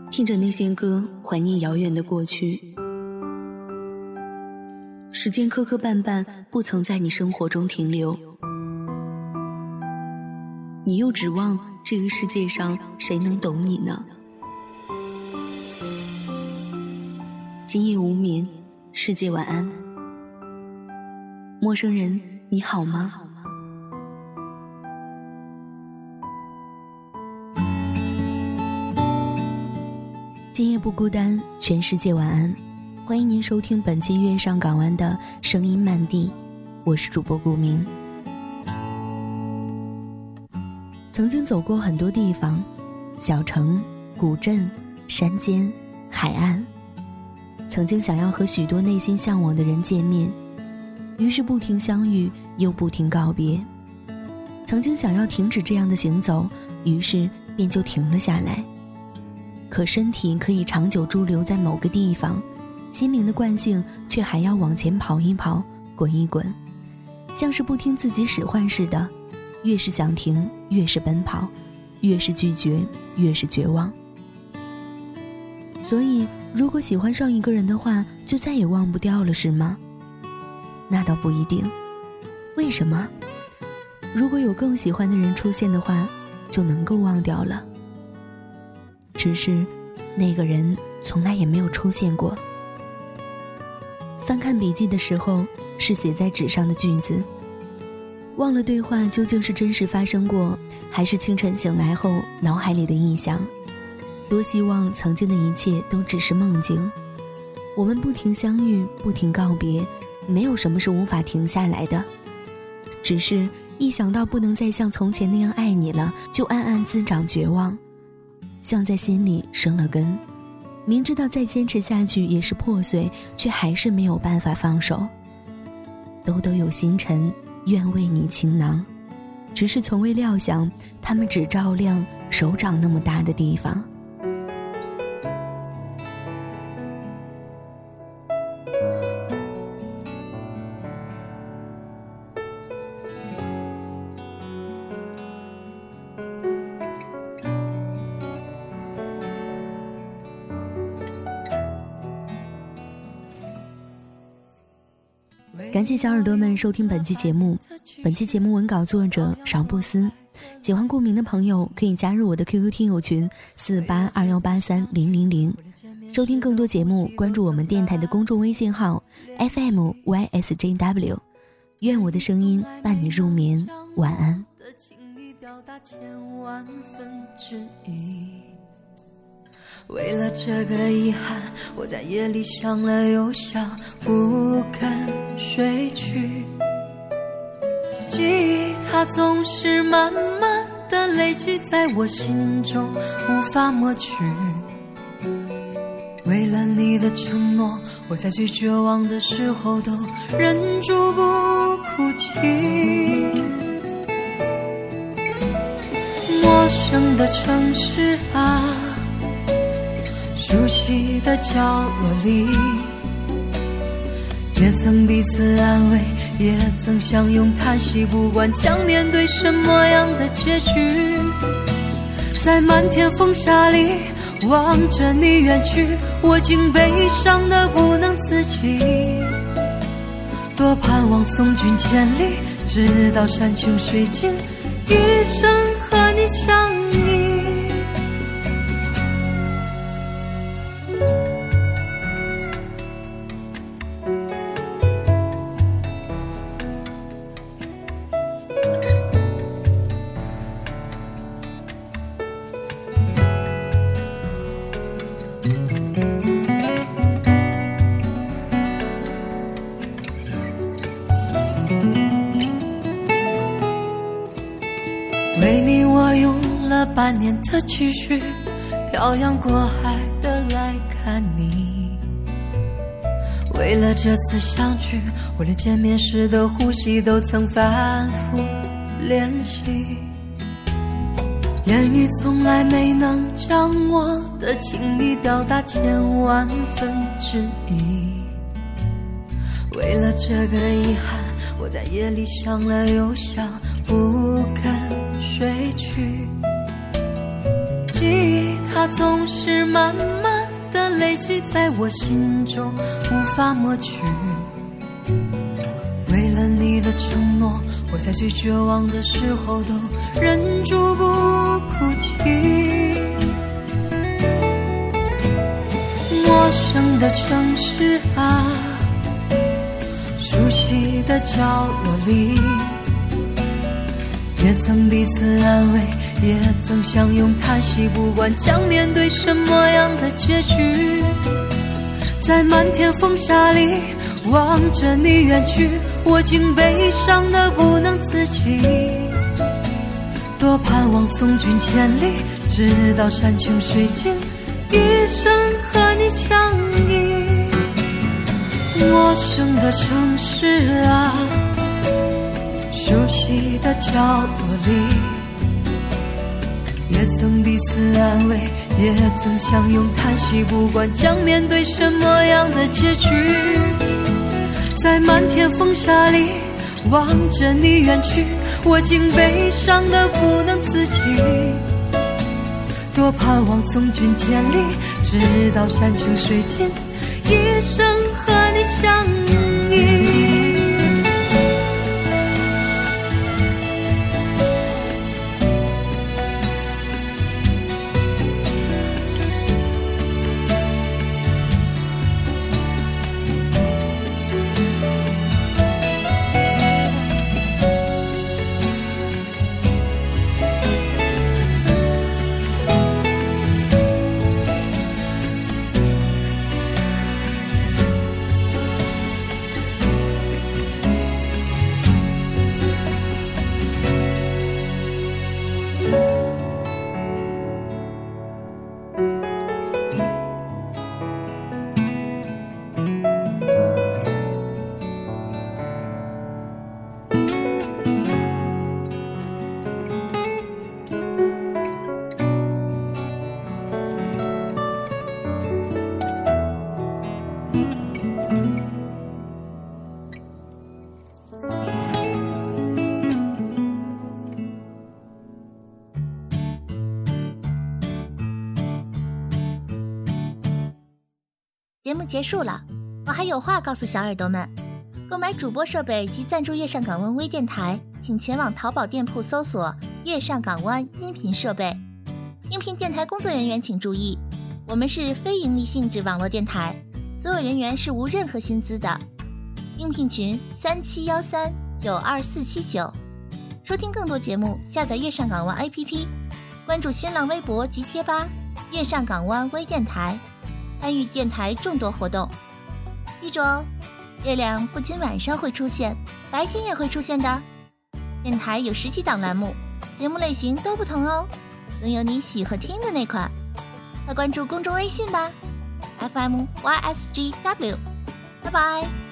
听着那些歌，怀念遥远的过去。时间磕磕绊绊，不曾在你生活中停留。你又指望这个世界上谁能懂你呢？今夜无眠，世界晚安。陌生人，你好吗？今夜不孤单，全世界晚安。欢迎您收听本期月上港湾的声音漫地，我是主播顾明。曾经走过很多地方，小城、古镇、山间、海岸，曾经想要和许多内心向往的人见面，于是不停相遇，又不停告别。曾经想要停止这样的行走，于是便就停了下来。可身体可以长久驻留在某个地方，心灵的惯性却还要往前跑一跑，滚一滚，像是不听自己使唤似的，越是想停，越是奔跑，越是拒绝，越是绝望。所以，如果喜欢上一个人的话，就再也忘不掉了，是吗？那倒不一定。为什么？如果有更喜欢的人出现的话，就能够忘掉了。只是那个人从来也没有出现过。翻看笔记的时候，是写在纸上的句子，忘了对话究竟是真实发生过，还是清晨醒来后脑海里的臆想。多希望曾经的一切都只是梦境。我们不停相遇，不停告别，没有什么是无法停下来的。只是一想到不能再像从前那样爱你了，就暗暗滋长绝望，像在心里生了根，明知道再坚持下去也是破碎，却还是没有办法放手。抖抖有星辰，愿为你倾囊，只是从未料想，他们只照亮手掌那么大的地方。感谢小耳朵们收听本期节目。本期节目文稿作者少布斯。喜欢顾明的朋友可以加入我的 QQ 听友群4821830000，收听更多节目，关注我们电台的公众微信号 FMYSJW。 愿我的声音伴你入眠，晚安。 为了这个遗憾，我在夜里想了又想，不肯睡去。记忆它总是慢慢地累积在我心中，无法抹去。为了你的承诺，我在最绝望的时候都忍住不哭泣。陌生的城市啊，熟悉的角落里，也曾彼此安慰，也曾相拥叹息，不管将面对什么样的结局。在漫天风沙里望着你远去，我竟悲伤得不能自己。多盼望送君千里，直到山穷水尽，一生和你相依。为你我用了半年的积蓄，漂洋过海的来看你。为了这次相聚，我连见面时的呼吸都曾反复练习。言语从来没能将我的情意表达千万分之一。为了这个遗憾，我在夜里想了又想，不肯睡去。记忆它它总是慢慢的累积在我心中，无法抹去。为了你的承诺，我在最绝望的时候都忍住不哭泣。陌生的城市啊，熟悉的角落里，也曾彼此安慰，也曾相拥叹息，不管将面对什么样的结局。在漫天风沙里望着你远去，我竟悲伤得不能自己。多盼望送君千里，直到山穷水尽，一生和你相依。陌生的城市啊，熟悉的角落里，也曾彼此安慰，也曾相拥叹息，不管将面对什么样的结局。在漫天风沙里望着你远去，我竟悲伤得不能自己。多盼望送君千里，直到山穷水尽，一生和你相依。 节目结束了，我还有话告诉小耳朵们。购买主播设备及赞助月上港湾微电台，请前往淘宝店铺搜索月上港湾音频设备。应聘电台工作人员请注意，我们是非营利性质网络电台，所有人员是无任何薪资的。应聘群3713-92479。收听更多节目，下载月上港湾 APP， 关注新浪微博及贴吧月上港湾微电台，参与电台众多活动。记住哦，月亮不仅晚上会出现，白天也会出现的。电台有10几档栏目，节目类型都不同哦，总有你喜欢听的那款。快关注公众微信吧，FMYSGW。拜拜。